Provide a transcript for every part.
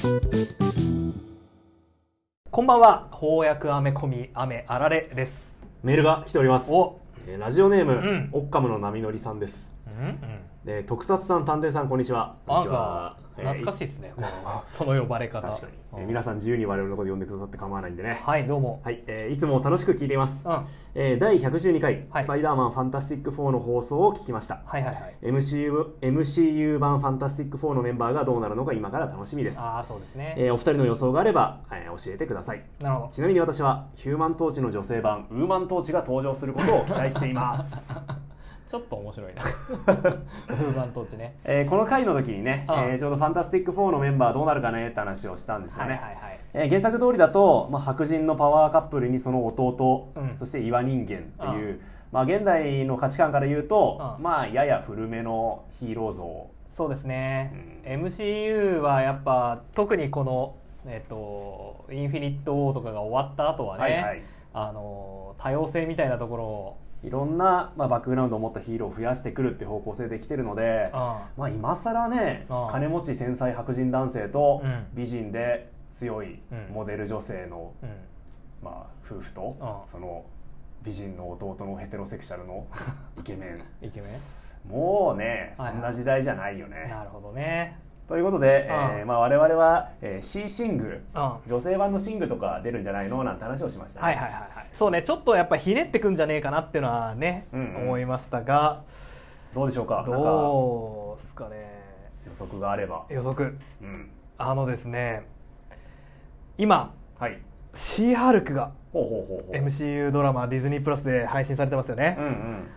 こんばんは、翻訳アメコミ雨あられです。 メールが来ております。ラジオネーム、オッカムの波乗りさんです。特撮さん、探偵さん、こんにちは。 こんにちは。懐かしいですね、その呼ばれ方。 確かに、皆さん自由に我々のこと呼んでくださって構わないんでね。 はい、どうも。 はい、いつも楽しく聞いています。第112回、スパイダーマンファンタスティック4の放送を聞きました。MCU 版ファンタスティック4のメンバーがどうなるのか今から楽しみです。 そうですね。 お二人の予想があれば、教えてください。 なるほど。 ちなみに私はヒューマントーチの女性版ウーマントーチが登場することを期待しています。 ちょっと面白いな。ウーマントーチね。 この回の時にね、ちょうどファンタスティック4のメンバーどうなるかねって話をしたんですよね。原作通りだと、白人のパワーカップルにその弟、そして岩人間っていう、現代の価値観から言うと、やや古めのヒーロー像。 そうですね。MCU はやっぱ特にこのインフィニット・ウォーとかが終わった後はね、多様性みたいなところをいろんな、バックグラウンドを持ったヒーローを増やしてくるっていう方向性できてるので、今更ね、金持ち天才白人男性と美人で強いモデル女性の、夫婦と、その美人の弟のヘテロセクシャルのイケメンもうね、そんな時代じゃないよね。 なるほどね。 ということで、我々は、C シングル、女性版のシングルとか出るんじゃないのなんて話をしましたね。 そうね、ちょっとやっぱひねってくんじゃねえかなっていうのはね、思いましたが、 どうでしょうか。 どうですかね。 予測があれば。 予測。ですね、今、シーハルクが MCU ドラマディズニープラスで配信されてますよね。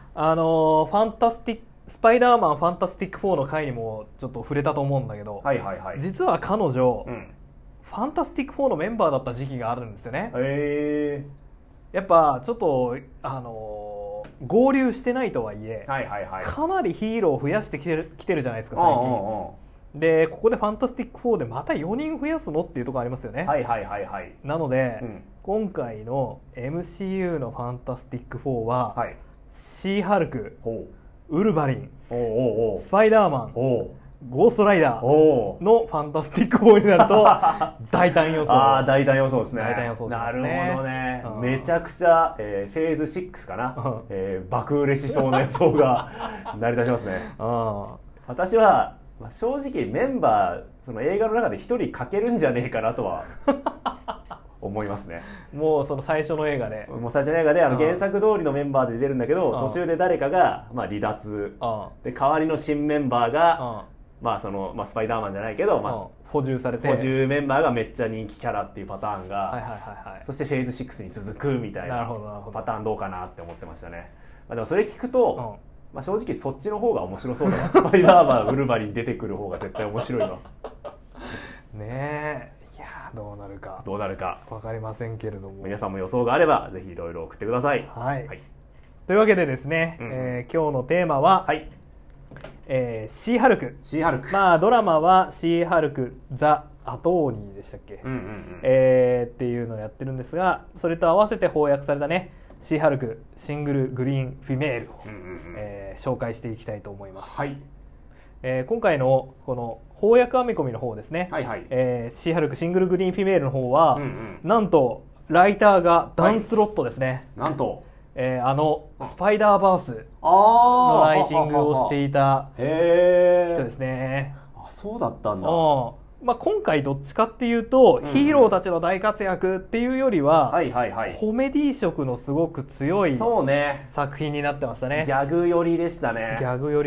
スパイダーマンファンタスティック4の回にもちょっと触れたと思うんだけど、実は彼女、ファンタスティック4のメンバーだった時期があるんですよね。やっぱちょっと合流してないとはいえ、かなりヒーローを増やしてきてるじゃないですか最近。でここでファンタスティック4でまた4人増やすのっていうところありますよね。なので、今回の MCU のファンタスティック4は、シーハルク、ウルヴァリン、スパイダーマン、ゴーストライダーのファンタスティック4になると大胆予想。 大胆予想ですね。なるほどね。めちゃくちゃフェーズ6かな、爆売れしそうな予想が成り立ちますね。私は正直メンバーその映画の中で1人欠けるんじゃねえかなとは思いますね。 もうその最初の映画で原作通りのメンバーで出るんだけど、途中で誰かが離脱で代わりの新メンバーがスパイダーマンじゃないけど、 補充されて補充メンバーがめっちゃ人気キャラっていうパターンが、そしてフェーズ6に続くみたいなパターンどうかなって思ってましたね。でもそれ聞くと、正直そっちの方が面白そうだな。スパイダーマンウルヴァリン出てくる方が絶対面白いわ。 ねえ、いやどうなるか分かりませんけれども、 皆さんも予想があればぜひいろいろ送ってください。 というわけでですね、今日のテーマは、シーハルク。ドラマはシーハルクザ・アトーニーでしたっけ、っていうのをやってるんですが、それと合わせて翻訳されたね、シーハルクシングルグリーンフィメールを紹介していきたいと思います。今回のこの翻訳編み込みの方ですね、シーハルクシングルグリーンフィメールの方は、なんとライターがダン・スロットですね。 なんとスパイダーバースのライティングをしていた人ですね。 そうだったんだ。 今回どっちかっていうと、ヒーローたちの大活躍っていうよりは、コメディ色のすごく強い作品になってましたね。 ギャグ寄りでしたね。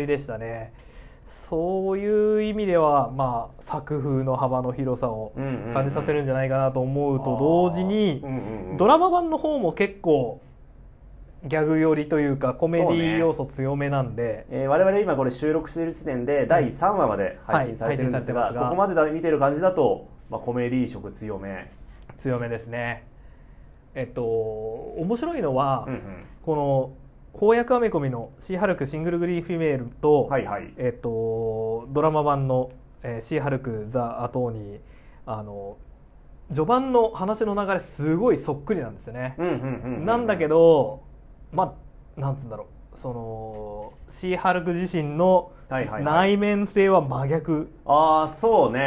そういう意味では、作風の幅の広さを感じさせるんじゃないかなと思うと同時に、ドラマ版の方も結構ギャグ寄りというかコメディ要素強めなんで、 我々今これ収録している時点で第3話まで配信されてるんですが、ここまで見てる感じだと、コメディ色強めですね。面白いのは、この翻訳アメコミのシーハルクシングルグリーンフィメールと、ドラマ版のシーハルクザ・アトーニー、序盤の話の流れすごいそっくりなんですよね。なんだけどなんつうんだろう、そのシーハルク自身の内面性は真逆。 そうね。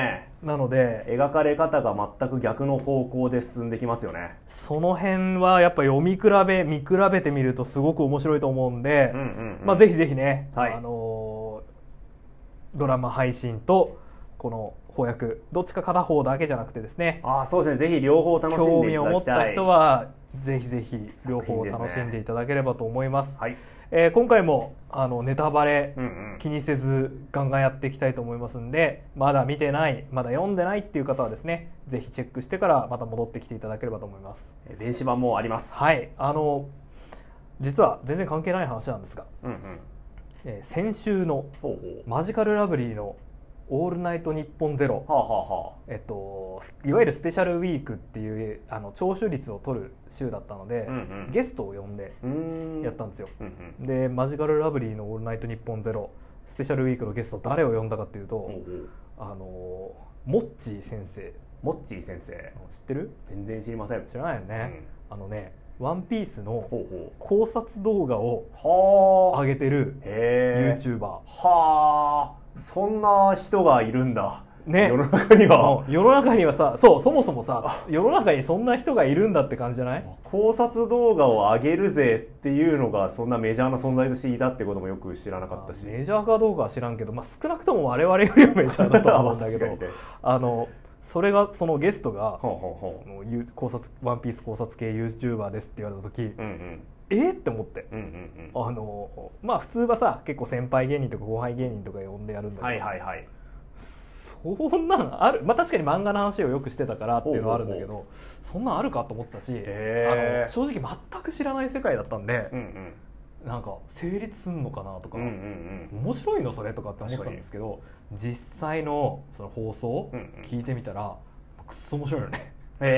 なので描かれ方が全く逆の方向で進んできますよね。 その辺はやっぱ見比べてみるとすごく面白いと思うんで、ぜひぜひね、はい、ドラマ配信とこの翻訳どっちか片方だけじゃなくてですね、 そうですね、ぜひ両方楽しんでいただきたい。 興味を持った人はぜひぜひ両方楽しんでいただければと思います。はい、今回もネタバレ気にせずガンガンやっていきたいと思いますんで、まだ見てないまだ読んでないっていう方はですね、ぜひチェックしてからまた戻ってきていただければと思います。 電子版もあります。 はい、実は全然関係ない話なんですが、先週のマジカルラブリーのオールナイトニッポンゼロ、いわゆるスペシャルウィークっていう聴取率を取る週だったので、ゲストを呼んでやったんですよ。でマジカルラブリーのオールナイトニッポンゼロスペシャルウィークのゲスト誰を呼んだかっていうと、モッチー先生。 モッチー先生知ってる？ 全然知りません。 知らないよね。ワンピースの考察動画を上げてる YouTuber。 はあ、そんな人がいるんだね。世の中にはさ、そもそもさ、世の中にそんな人がいるんだって感じじゃない？ 考察動画を上げるぜっていうのがそんなメジャーな存在としていたってこともよく知らなかったし。 メジャーかどうかは知らんけど、少なくとも我々よりはメジャーだとは思うんだけどそれがそのゲストがワンピース考察系 YouTuber ですって言われた時、って思って、普通はさ結構先輩芸人とか後輩芸人とか呼んでやるんだけど、そんなんある、確かに漫画の話をよくしてたからっていうのはあるんだけど、そんなんあるかと思ってたし、正直全く知らない世界だったんで、なんか成立すんのかなとか、面白いのそれとかって思ったんですけど、実際のその放送聞いてみたらくっそ面白いよね。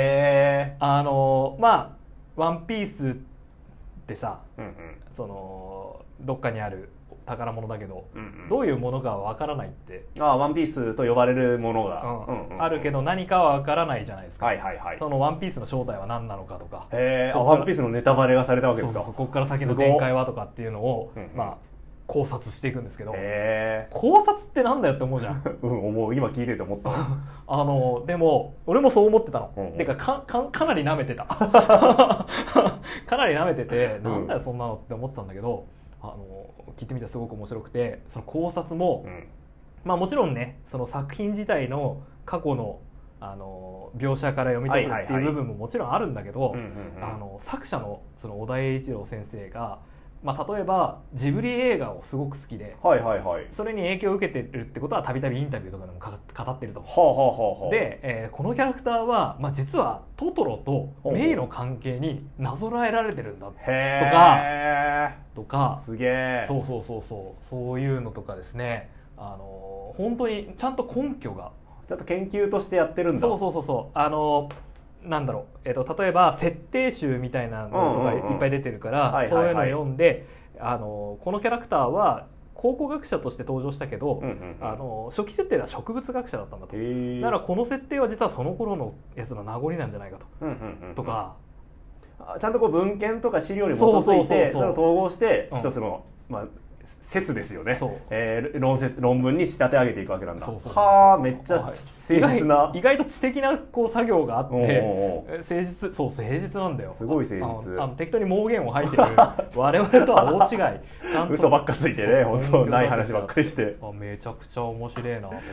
ワンピースってさ、そのどっかにある宝物だけど、どういうものかはわからないって、 ワンピースと呼ばれるものがあるけど何かはわからないじゃないですか。そのワンピースの正体は何なのかとか、 ワンピースのネタバレがされたわけですか。 ここから先の展開はとかっていうのを考察していくんですけど、考察ってなんだよって思うじゃん。 思う。今聞いてて思った。 でも俺もそう思ってたの。てかかなり舐めてた。かなり舐めてて、なんだよそんなのって思ってたんだけど、聞いてみたらすごく面白くて、その考察も、もちろんね、その作品自体の過去の描写から読み取るっていう部分ももちろんあるんだけど、作者のその小田栄一郎先生が例えばジブリ映画をすごく好きで、それに影響を受けてるってことはたびたびインタビューとかでも語ってると。で、このキャラクターは、実はトトロとメイの関係になぞらえられてるんだとかすげえ。 そういうのとかですね、本当にちゃんと根拠がちゃんと研究としてやってるんだ。 なんだろう、例えば設定集みたいなのとかいっぱい出てるから、そういうのを読んで、このキャラクターは考古学者として登場したけど、初期設定では植物学者だったんだと。だからこの設定は実はその頃のやつの名残なんじゃないかとか、 ちゃんとこう文献とか資料に基づいてそれを統合して一つの説ですよね。論文に仕立て上げていくわけなんだ。めっちゃ誠実な、 意外と知的な作業があって、誠実なんだよ。 すごい誠実。 適当に妄言を吐いてる我々とは大違い。 嘘ばっかついてね、本当ない話ばっかりして。 めちゃくちゃ面白いなと思って。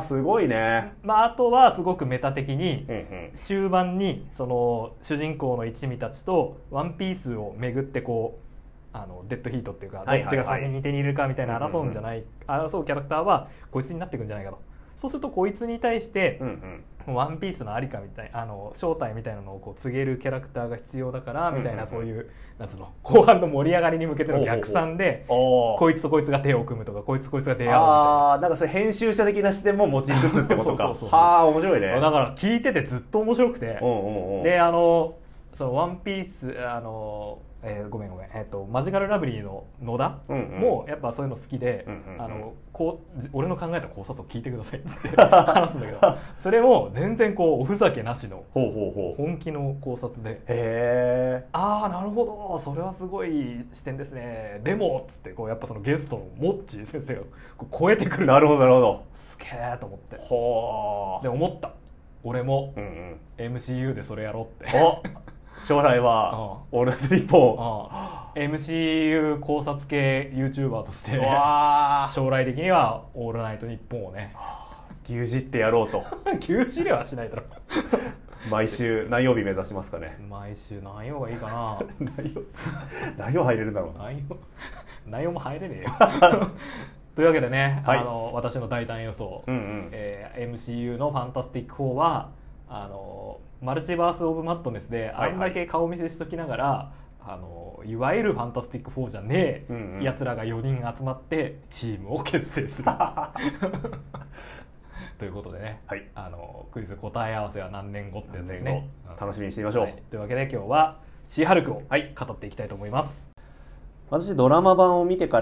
すごいね。 あとはすごくメタ的に終盤にその主人公の一味たちとワンピースを巡ってデッドヒートっていうか、どっちが先に手に入れるかみたいな争うキャラクターはこいつになっていくんじゃないかと。そうするとこいつに対してワンピースのありかみたい正体みたいなのを告げるキャラクターが必要だからみたいな、そういうなんつうの後半の盛り上がりに向けての逆算でこいつとこいつが手を組むとか、こいつが出会うみたいな。 なんかそれ編集者的な視点も持ちつつってことか。面白いね。 だから聞いててずっと面白くて、でそのワンピースごめん、マジカルラブリーの野田もやっぱそういうの好きで、俺の考えた考察を聞いてくださいって話すんだけどそれも全然こうおふざけなしの本気の考察で、ああなるほどそれはすごい視点ですね、でもっつってこうやっぱそのゲストのモッチー先生がこう超えてくる。 なるほどなるほど。 すげえと思って、で思った、俺も MCU でそれやろうって。 将来はオールナイトニッポン MCU 考察系 YouTuber として将来的にはオールナイトニッポンをね牛耳ってやろうと。 牛耳れはしないだろ毎週何曜日目指しますかね。 毎週何曜がいいかな何曜入れるんだろう。 何曜も入れねえよというわけでね、私の大胆予想、MCU のファンタスティック4はマルチバース・オブ・マッドネスであんだけ顔見せしときながら、いわゆるファンタスティック4じゃねえやつらが4人集まってチームを結成するということでね、クイズ答え合わせは何年後ってやつですね。 楽しみにしてみましょう。 というわけで今日はシーハルクを語っていきたいと思います。 私ドラマ版を見てから、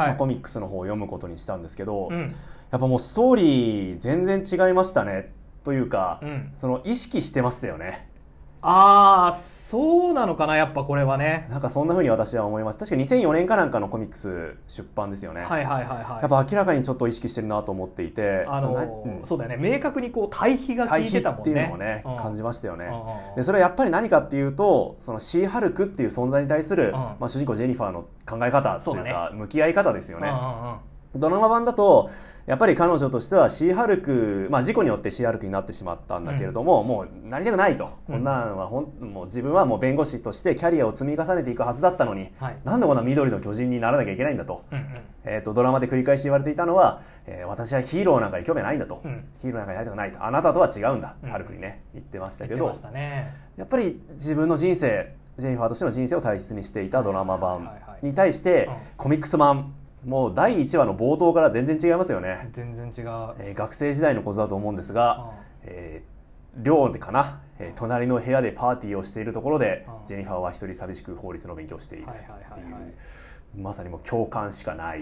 コミックスの方を読むことにしたんですけど、やっぱもうストーリー全然違いましたねというか、その意識してましたよね。 ああそうなのかな、やっぱこれはね。 なんかそんな風に私は思います。確か2004年かなんかのコミックス出版ですよね。やっぱ明らかにちょっと意識してるなと思っていて、 そうだよね、明確にこう対比が効いてたもんね。 っていうのをね、感じましたよね。でそれはやっぱり何かっていうと、そのシーハルクっていう存在に対する、主人公ジェニファーの考え方というか向き合い方ですよね。ドラマ版だとやっぱり彼女としてはシーハルク、事故によってシーハルクになってしまったんだけれども、もうなりたくないと、こんなんはもう自分はもう弁護士としてキャリアを積み重ねていくはずだったのに、なんでこんな緑の巨人にならなきゃいけないんだと、ドラマで繰り返し言われていたのは、私はヒーローなんかに興味ないんだと、ヒーローなんかになりたくないと、あなたとは違うんだ、ハルクにね言ってましたけど、やっぱり自分の人生、ジェニファーとしての人生を大切にしていたドラマ版に対してコミックス版、もう第1話の冒頭から全然違いますよね。 全然違う。 学生時代のことだと思うんですが、寮でかな、隣の部屋でパーティーをしているところで、ジェニファーは一人寂しく法律の勉強をしているっていう、まさにもう共感しかない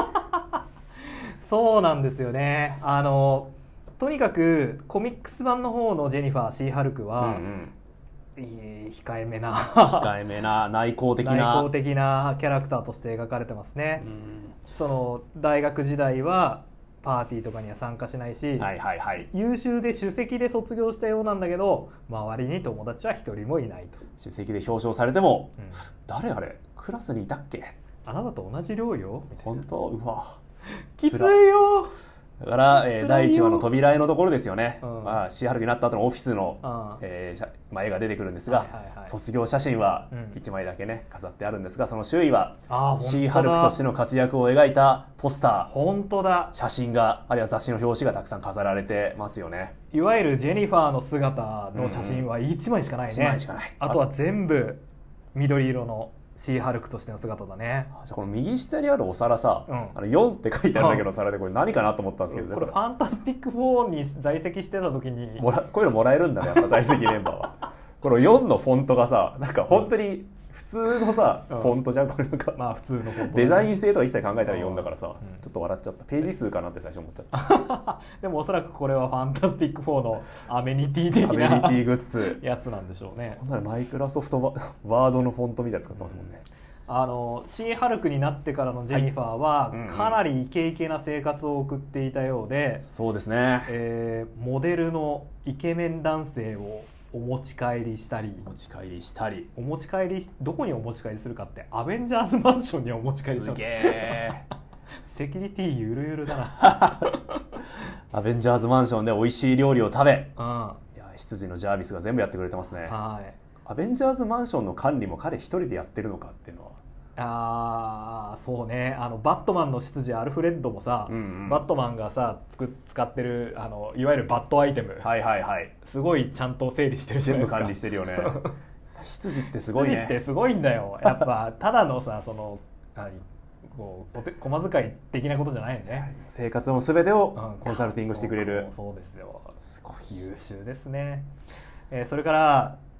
そうなんですよね。とにかくコミックス版の方のジェニファー・シーハルクは、控えめな内向的なキャラクターとして描かれてますね。その大学時代はパーティーとかには参加しないし、優秀で首席で卒業したようなんだけど、周りに友達は一人もいないと。 首席で表彰されても、誰あれクラスにいたっけ、 あなたと同じ寮よみたいな。 本当、うわきついよ。 だから、第1話の扉絵のところですよね。シーハルクになった後のオフィスの、絵が出てくるんですが、卒業写真は1枚だけね飾ってあるんですが、その周囲はシーハルクとしての活躍を描いたポスター、 本当だ、 写真が、あるいは雑誌の表紙がたくさん飾られてますよね。 いわゆるジェニファーの姿の写真は1枚しかないね。 1枚しかない。 あとは全部緑色のシーハルクとしての姿だね。 じゃあこの右下にあるお皿さ、4って書いてあるんだけど皿で、これ何かなと思ったんですけど、 これファンタスティック4に在籍してた時にこういうのもらえるんだね、やっぱ在籍メンバーは。この4のフォントがさ、なんか本当に普通のさ、フォントじゃん、これなんか、 普通のフォント、ね、 デザイン性とか一切考えたら4だからさ、ちょっと笑っちゃった。ページ数かなって最初思っちゃったでもおそらくこれはファンタスティック4のアメニティ的なアメニティグッズやつなんでしょうね。 こんなマイクロソフトワードのフォントみたいなの使ってますもんね。 シーハルクになってからのジェニファーはかなりイケイケな生活を送っていたようで、 そうですね、 モデルのイケメン男性をお持ち帰りしたり、どこにお持ち帰りするかってアベンジャーズマンションにお持ち帰りします。 すげえセキュリティゆるゆるだなアベンジャーズマンションで美味しい料理を食べ、いや執事のジャービスが全部やってくれてますね。アベンジャーズマンションの管理も彼一人でやってるのかっていうのは、 そうね、バットマンの執事アルフレッドもさ、バットマンがさ使ってるいわゆるバットアイテム、すごいちゃんと整理してるじゃないですか。 全部管理してるよね執事ってすごいね。 執事ってすごいんだよ。やっぱただのさ、そのこう小遣い的なことじゃないよね。 生活の全てをコンサルティングしてくれる。 そうですよ、すごい優秀ですね。それから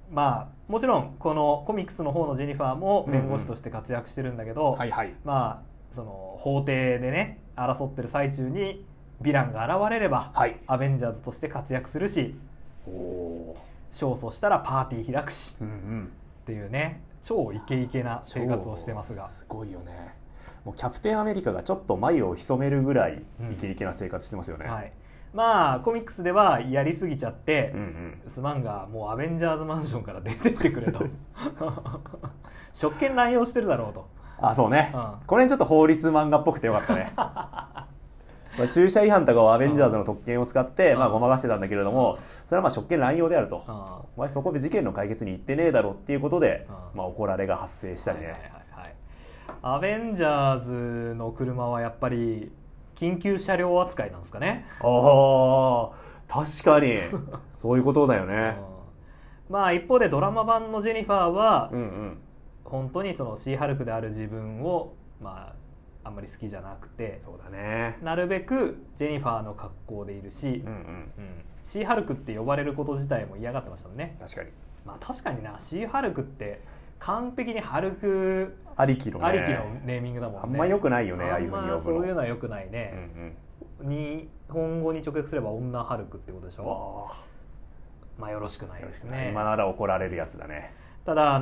まあもちろんこのコミックスの方のジェニファーも弁護士として活躍してるんだけど、まあその法廷でね争ってる最中にヴィランが現れれば、アベンジャーズとして活躍するし、勝訴したらパーティー開くし、っていうね超イケイケな生活をしてますが、 すごいよね。もうキャプテンアメリカがちょっと眉を潜めるぐらいイケイケな生活してますよね。 まあコミックスではやりすぎちゃって、すまんがもうアベンジャーズマンションから出てってくれと職権乱用してるだろうと。 そうね、この辺ちょっと法律漫画っぽくてよかったね駐車違反とかをアベンジャーズの特権を使ってごまかしてたんだけれども、それはまあ職権乱用であると、お前そこで事件の解決に行ってねえだろっていうことで怒られが発生したりね。 アベンジャーズの車はやっぱり緊急車両扱いなんですかね。 確かにそういうことだよねまあ一方でドラマ版のジェニファーは、本当にそのシーハルクである自分をあんまり好きじゃなくて、 そうだね、 なるべくジェニファーの格好でいるし、シーハルクって呼ばれること自体も嫌がってましたもんね。 確かに。 確かにな、シーハルクって完璧にハルクありきのネーミングだもんね。 あんま良くないよね、ああいうふうに呼ぶの。 そういうのは良くないね。日本語に直訳すれば女ハルクってことでしょ。よろしくないですね。 今なら怒られるやつだね。 ただ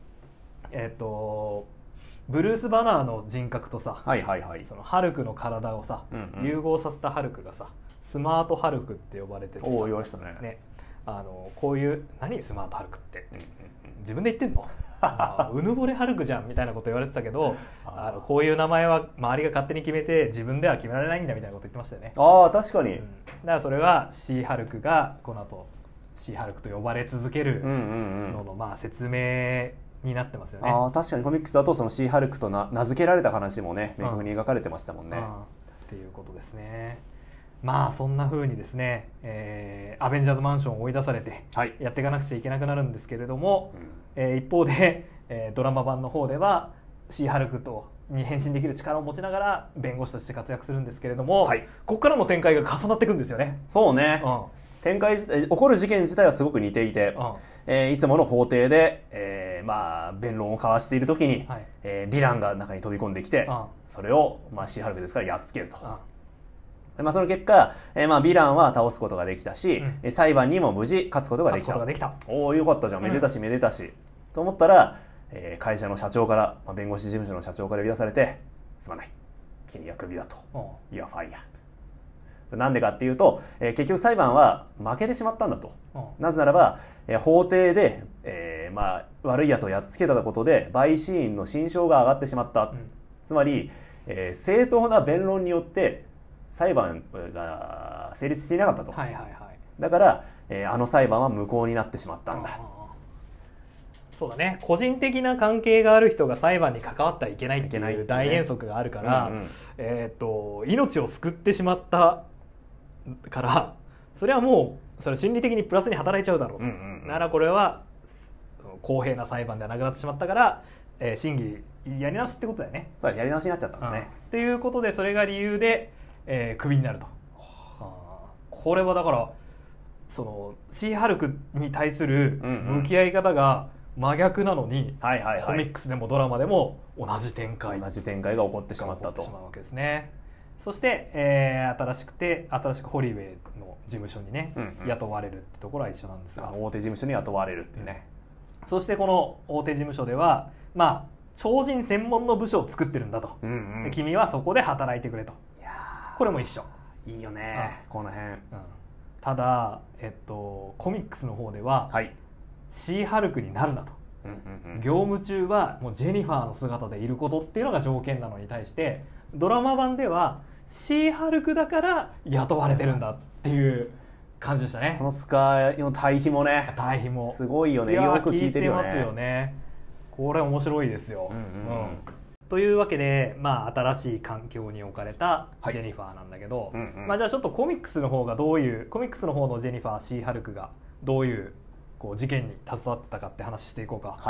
ブルース・バナーの人格とさ、そのハルクの体をさ、融合させたハルクがさ、スマートハルクって呼ばれててさ、 言われてたね。 こういう何スマートハルクって、自分で言ってんのうぬぼれハルクじゃんみたいなこと言われてたけど、こういう名前は周りが勝手に決めて自分では決められないんだみたいなこと言ってましたよね。 確かに、 だからそれはシーハルクがこの後シーハルクと呼ばれ続けるのの説明になってますよね。 確かにコミックスだとそのシーハルクと名付けられた話もね明確に描かれてましたもんね。 っていうことですね。そんな風にですね、アベンジャーズマンションを追い出されてやっていかなくちゃいけなくなるんですけれども、一方で、ドラマ版の方ではシーハルクに変身できる力を持ちながら弁護士として活躍するんですけれども、ここからの展開が重なっていくんですよね。 そうね、展開起こる事件自体はすごく似ていて、いつもの法廷で、弁論を交わしている時に、ヴィランが中に飛び込んできて、それを、シーハルクですからやっつけると。その結果、ヴィランは倒すことができたし、裁判にも無事勝つことができた。よかったじゃん、めでたしめでたし、と思ったら、会社の社長から、弁護士事務所の社長から呼び出されて、すまない、君はクビだと、You are fired。なんでかっていうと、結局裁判は負けてしまったんだと。なぜならば、法廷で、悪いやつをやっつけたことで陪審員の心証が上がってしまった、つまり、正当な弁論によって裁判が成立していなかったと。だから、あの裁判は無効になってしまったんだ。 そうだね、個人的な関係がある人が裁判に関わってはいけないっていう大原則があるから、命を救ってしまったからそれはもうそれ心理的にプラスに働いちゃうだろうと、ならこれは公平な裁判ではなくなってしまったから、審議やり直しってことだよね。 そうやり直しになっちゃったんだね、 っていうことでそれが理由で、クビになると。これはだからそのシーハルクに対する向き合い方が真逆なのに、コミックスでもドラマでも同じ展開が起こってしまったと。 起こってしまうわけですね。そして、新しくホリウェイの事務所にね、雇われるってところは一緒なんですが、 大手事務所に雇われるっていうね、 そしてこの大手事務所では超人専門の部署を作ってるんだと、君はそこで働いてくれと。これも一緒。 いいよね、この辺。 ただ、コミックスの方では、シーハルクになるなと、業務中はもうジェニファーの姿でいることっていうのが条件なのに対して、ドラマ版ではシーハルクだから雇われてるんだっていう感じでしたね。 このスカイの対比もね、すごいよね。よく聞いてるよね。 聞いてますよね。これ面白いですよ。というわけで、新しい環境に置かれたジェニファーなんだけど、じゃあちょっとコミックスの方のジェニファーシーハルクがどういう事件に携わってたかって話していこうか。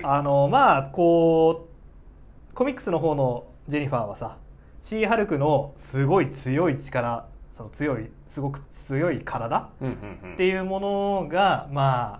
コミックスの方のジェニファーはさ、シーハルクのすごい強い力、すごく強い体っていうものが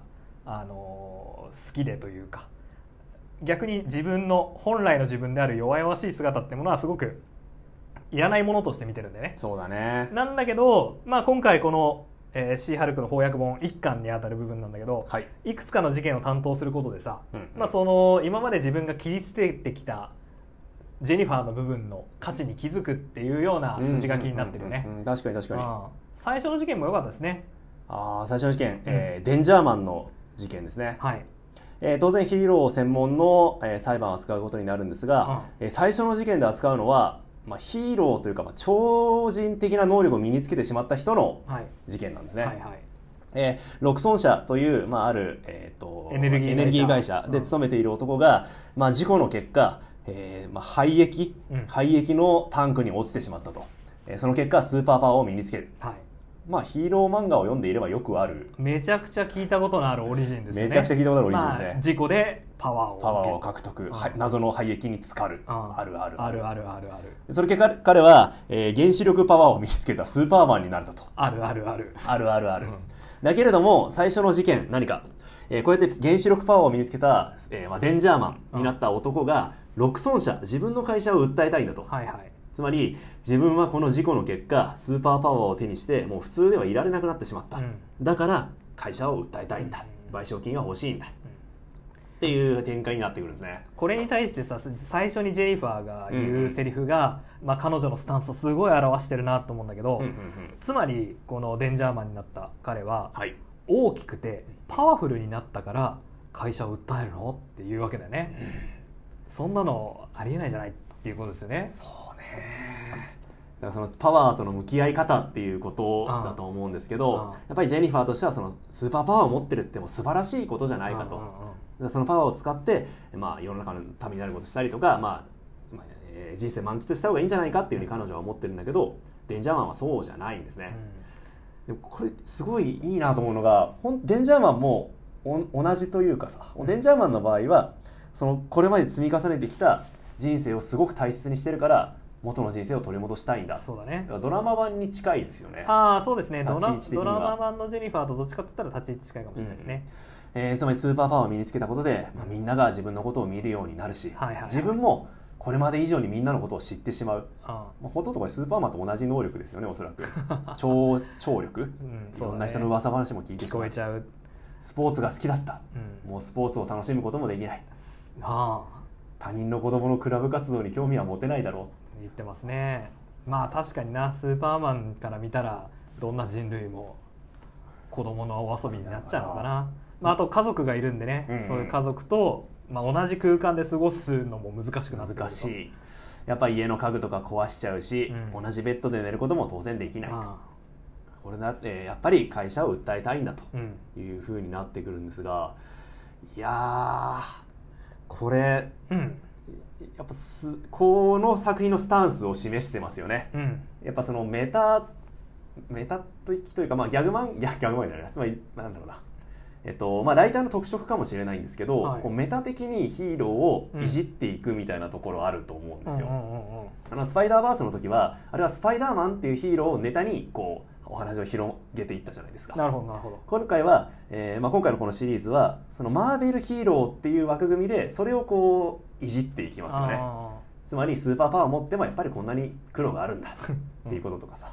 好きでというか、逆に自分の本来の自分である弱々しい姿ってものはすごくいらないものとして見てるんでね。 そうだね。 なんだけど、今回このシーハルクの翻訳本1巻にあたる部分なんだけど、はい、いくつかの事件を担当することでさ、その今まで自分が切り捨ててきたジェニファーの部分の価値に気づくっていうような筋書きになってるよね。 確かに最初の事件も良かったですね。 最初の事件、デンジャーマンの事件ですね。はい。当然ヒーロー専門の裁判を扱うことになるんですが、最初の事件で扱うのは、ヒーローというか、超人的な能力を身につけてしまった人の事件なんですね。ロクソン社という、ある、エネルギー会社で勤めている男が、事故の結果、廃液のタンクに落ちてしまったと。その結果スーパーパワーを身につける。ヒーロー漫画を読んでいればよくある、 めちゃくちゃ聞いたことのあるオリジンですね。 めちゃくちゃ聞いたことあるオリジンですね。 事故でパワーを獲得、謎の廃液に浸かる、ある。それ結果彼は、原子力パワーを身につけたスーパーマンになると。 ある、 だけれども最初の事件何か、こうやって原子力パワーを身につけた、デンジャーマンになった男がロクソン社、自分の会社を訴えたいんだと。つまり自分はこの事故の結果スーパーパワーを手にしてもう普通ではいられなくなってしまった、だから会社を訴えたいんだ、賠償金が欲しいんだ、っていう展開になってくるんですね。 これに対してさ、最初にジェニファーが言うセリフが、彼女のスタンスをすごい表してるなと思うんだけど、つまりこのデンジャーマンになった彼は、大きくてパワフルになったから会社を訴えるのっていうわけだよね。そんなのありえないじゃないっていうことですよね。 だからそのパワーとの向き合い方っていうことだと思うんですけど、やっぱりジェニファーとしてはそのスーパーパワーを持ってるっても素晴らしいことじゃないかと。そのパワーを使って、世の中のためになることしたりとか、人生満喫した方がいいんじゃないかっていうふうに彼女は思ってるんだけど、デンジャーマンはそうじゃないんですね。でもこれすごいいいなと思うのが、デンジャーマンも同じというかさ、デンジャーマンの場合はそのこれまで積み重ねてきた人生をすごく大切にしてるから元の人生を取り戻したいんだ。 そうだね。 だからドラマ版に近いですよね。 そうですね。ドラマ版のジェニファーとどっちかって言ったら立ち位置近いかもしれないですね。つまりスーパーパワーを身につけたことで、みんなが自分のことを見るようになるし、自分もこれまで以上にみんなのことを知ってしまう。ほとんどこれスーパーマンと同じ能力ですよね、おそらく。聴力、いろんな人の噂話も聞いてしまう。 聞こえちゃう。 スポーツが好きだった、もうスポーツを楽しむこともできない。他人の子供のクラブ活動に興味は持てないだろう。 言ってますね。確かにな、スーパーマンから見たらどんな人類も子供のお遊びになっちゃうのかな。あと家族がいるんでね、そういう家族と、同じ空間で過ごすのも難しくなってくると。 難しい。やっぱり家の家具とか壊しちゃうし、同じベッドで寝ることも当然できないと。これだってやっぱり会社を訴えたいんだというふうになってくるんですが、いやこれ、やっぱこの作品のスタンスを示してますよね。やっぱそのメタ的というか、ギャグ漫画じゃない、つまりなんだろうな、ライターの特色かもしれないんですけど、こうメタ的にヒーローをいじっていくみたいなところあると思うんですよ。スパイダーバースの時はあれはスパイダーマンっていうヒーローをネタにこうお話を広げていったじゃないですか。 なるほどなるほど。 今回は、今回のこのシリーズはそのマーベルヒーローっていう枠組みでそれをこういじっていきますよね。つまりスーパーパワーを持ってもやっぱりこんなに苦労があるんだっていうこととかさ。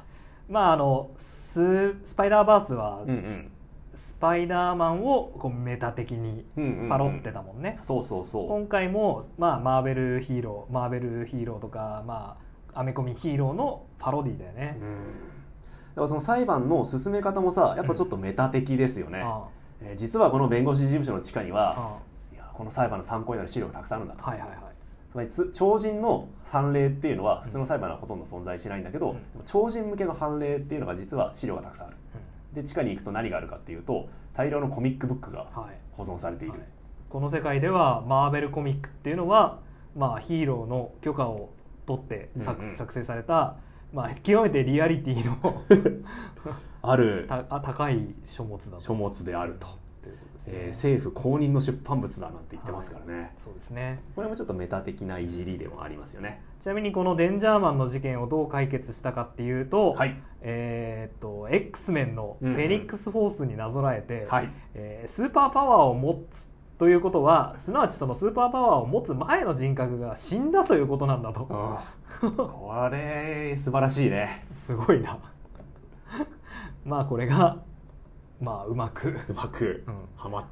スパイダーバースは、スパイダーマンをこうメタ的にパロってたもんね。今回も、マーベルヒーローとか、アメコミヒーローのパロディだよね。 だからその裁判の進め方もさ、やっぱちょっとメタ的ですよね。実はこの弁護士事務所の地下には、この裁判の参考になる資料がたくさんあるんだと。つまり超人の判例っていうのは普通の裁判はほとんど存在しないんだけど、超人向けの判例っていうのが実は資料がたくさんある。で地下に行くと何があるかっていうと、大量のコミックブックが保存されている。 この世界ではマーベルコミックっていうのは、ヒーローの許可を取って作成された、極めてリアリティのある高い書物だと。 書物であると。 政府公認の出版物だなんて言ってますからね、はい、 そうですね。 これもちょっとメタ的ないじりでもありますよね。 ちなみにこのデンジャーマンの事件をどう解決したかっていうと、はい、X メンのフェニックスフォースになぞらえて、はい、スーパーパワーを持つということは、すなわちそのスーパーパワーを持つ前の人格が死んだということなんだと。 これ素晴らしいね。 すごいな。まあこれがまあうまくはまって、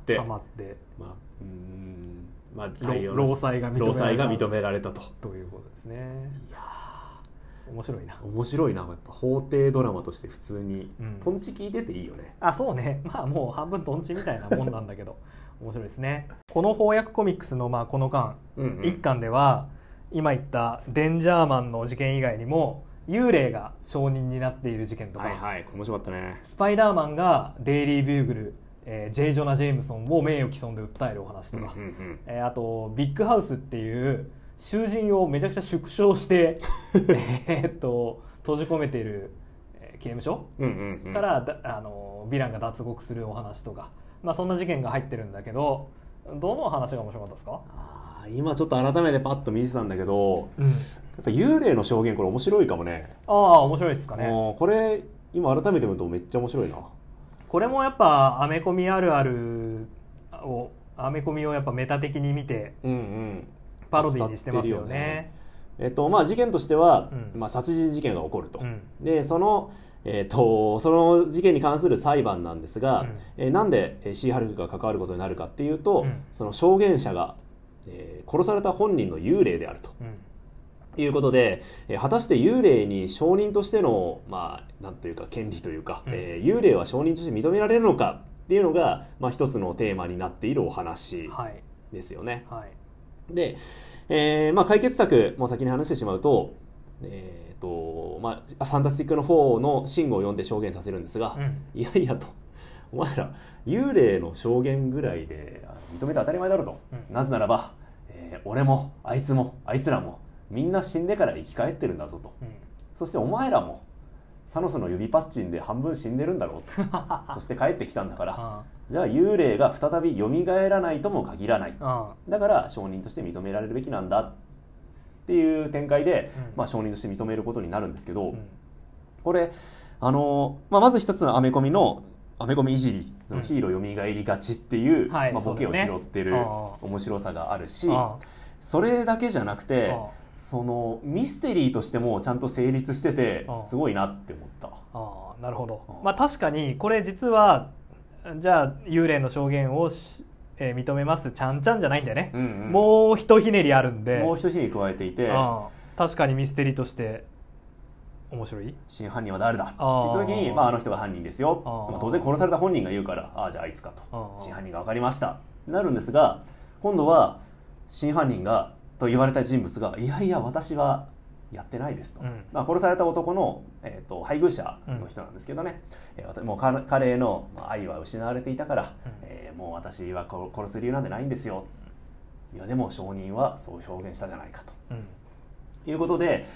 労災が認められたということですね。いや面白いな。やっぱ法廷ドラマとして普通に、トンチ聞いてていいよね。 あ、そうね。まあもう半分トンチみたいなもんなんだけど面白いですね。この翻訳コミックスのこの巻、1巻では今言ったデンジャーマンの事件以外にも幽霊が証人になっている事件とか、 面白かったね。 スパイダーマンがデイリー・ビューグル、ジェイ・ジョナ・ジェームソンを名誉毀損で訴えるお話とか、あとビッグハウスっていう囚人をめちゃくちゃ縮小して閉じ込めている刑務所からヴィランが脱獄するお話とか、そんな事件が入ってるんだけど、どの話が面白かったですか？ 今ちょっと改めてパッと見てたんだけど、やっぱ幽霊の証言これ面白いかもね。 面白いですかね。 これ今改めて見るとめっちゃ面白いな。 これもやっぱアメコミあるあるをアメコミをやっぱメタ的に見て、パロディにしてますよね。 事件としては、殺人事件が起こると、でその事件に関する裁判なんですが、なんでシーハルクが関わることになるかっていうと、その証言者が殺された本人の幽霊であると、いうことで、果たして幽霊に証人としてのなんというか権利というか、幽霊は証人として認められるのかっていうのが、一つのテーマになっているお話ですよね。で、解決策も先に話してしまうと、ファンタスティックの4のシングを読んで証言させるんですが、いやいやと、お前ら幽霊の証言ぐらいで認めて当たり前だろと、なぜならば、俺もあいつもあいつらもみんな死んでから生き返ってるんだぞと、そしてお前らもサノスの指パッチンで半分死んでるんだろうとそして帰ってきたんだからじゃあ幽霊が再び蘇らないとも限らない、だから証人として認められるべきなんだっていう展開で、証人として認めることになるんですけど、これまず一つのアメコミいじり、ヒーロー蘇りがちっていう、ボケを拾ってる面白さがあるし、それだけじゃなくてそのミステリーとしてもちゃんと成立しててすごいなって思った。 なるほど。確かにこれ実はじゃあ幽霊の証言を認めますちゃんちゃんじゃないんだよね、もうひとひねりあるんで、 もうひとひねり加えていて、 確かにミステリーとして面白い。 真犯人は誰だって言った時に、あの人が犯人ですよ、当然殺された本人が言うから、じゃああいつかと、真犯人が分かりましたなるんですが、今度は真犯人がと言われた人物がいやいや私はやってないですと、殺された男の、配偶者の人なんですけどね、もう彼の愛は失われていたから、もう私は殺す理由なんてないんですよ、いやでも証人はそう表現したじゃないかと、いうことで、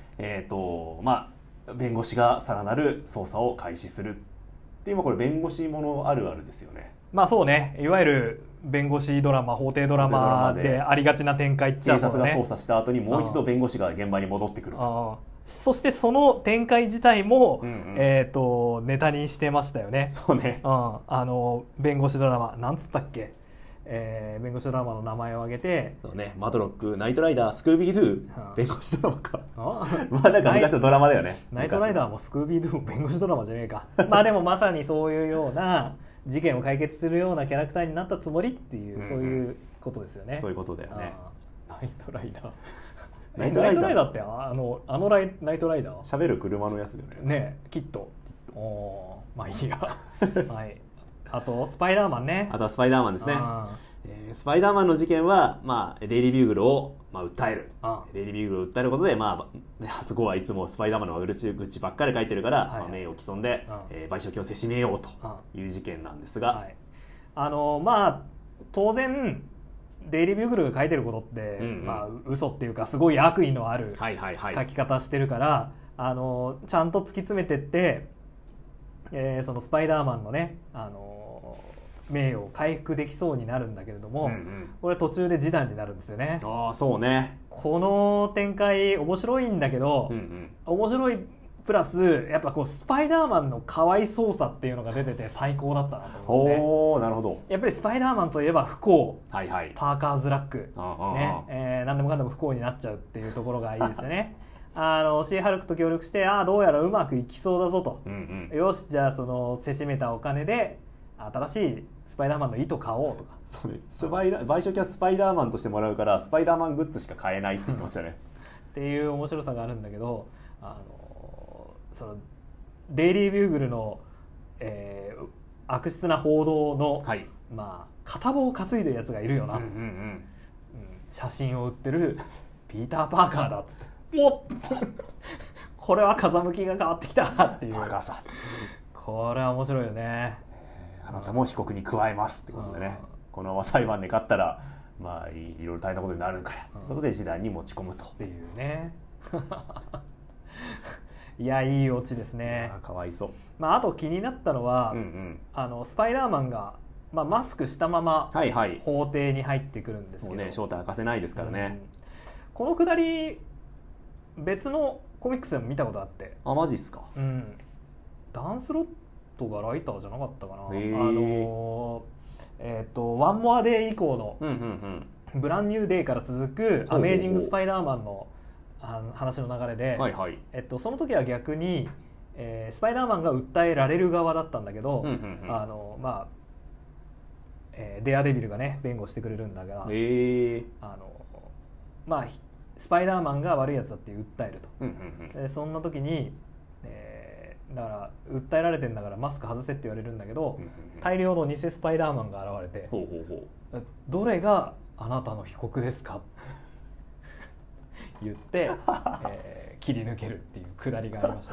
弁護士がさらなる捜査を開始するっていう、これ弁護士ものあるあるですよね。 そうね、いわゆる弁護士ドラマ、法廷ドラマでありがちな展開っちゃう、ね、 警察が捜査した後にもう一度弁護士が現場に戻ってくると、 そしてその展開自体も、ネタにしてましたよね。 そうね、 弁護士ドラマなんつったっけ、弁護士ドラマの名前を挙げて、 そうね、マトロック、ナイトライダー、スクービードゥ、弁護士ドラマかなんか昔のドラマだよね。 ナイトライダーもスクービードゥも弁護士ドラマじゃねえかでもまさにそういうような事件を解決するようなキャラクターになったつもりっていう、そういうことですよね。 そういうことだよね。 ナイトライダーナイトライダーってナイトライダー喋る車のやつだよね。 ね、きっといいやはい、あとスパイダーマンね。 あとはスパイダーマンですね。スパイダーマンの事件は、デイリー・ビューグルを、訴える。デイリー・ビューグルを訴えることで、あそこはいつもスパイダーマンの悪口ばっかり書いてるから、名誉毀損で、賠償金をせしめようという事件なんですが、 当然デイリー・ビューグルが書いてることって、嘘っていうかすごい悪意のある書き方してるから、ちゃんと突き詰めてって、そのスパイダーマンのね、 名誉を回復できそうになるんだけれども、これ途中で示談になるんですよね。 ああそうね。 この展開面白いんだけど、面白いプラスやっぱこうスパイダーマンの可愛操作っていうのが出てて最高だったなと思うんですね。 おー、なるほど。 やっぱりスパイダーマンといえば不幸、パーカーズラックね、何でもかんでも不幸になっちゃうっていうところがいいですよね。シーハルクと協力してどうやらうまくいきそうだぞと、よしじゃあそのせしめたお金で新しいスパイダーマンの糸買おうとか。 そうね、賠償金はスパイダーマンとしてもらうからスパイダーマングッズしか買えないって言ってましたね。 っていう面白さがあるんだけど、そのデイリー・ビューグルの、悪質な報道の、片棒を担いでるやつがいるよな、写真を売ってるピーター・パーカーだっつってもっこれは風向きが変わってきたっていう。 パーカーさん、 これは面白いよね。 あなたも被告に加えますってことでね、このまま裁判で勝ったらいろいろ大変なことになるからということで示談に持ち込むとっていうね。いやいいオチですね。 かわいそう。 あと気になったのは、スパイダーマンが、マスクしたまま法廷に入ってくるんですけど、 正体明かせないですからね。 このくだり別のコミックスでも見たことあって。 マジっすか。 ダンスロットがライターじゃなかったかな。ワンモアデー以降のブランニューデーから続くアメージングスパイダーマンの話の流れで、その時は逆に、スパイダーマンが訴えられる側だったんだけど、デアデビルがね弁護してくれるんだが、スパイダーマンが悪いやつだって訴えると、でそんな時に、だから訴えられてんだからマスク外せって言われるんだけど、大量の偽スパイダーマンが現れて、どれがあなたの被告ですか言って、切り抜けるっていうくだりがありました。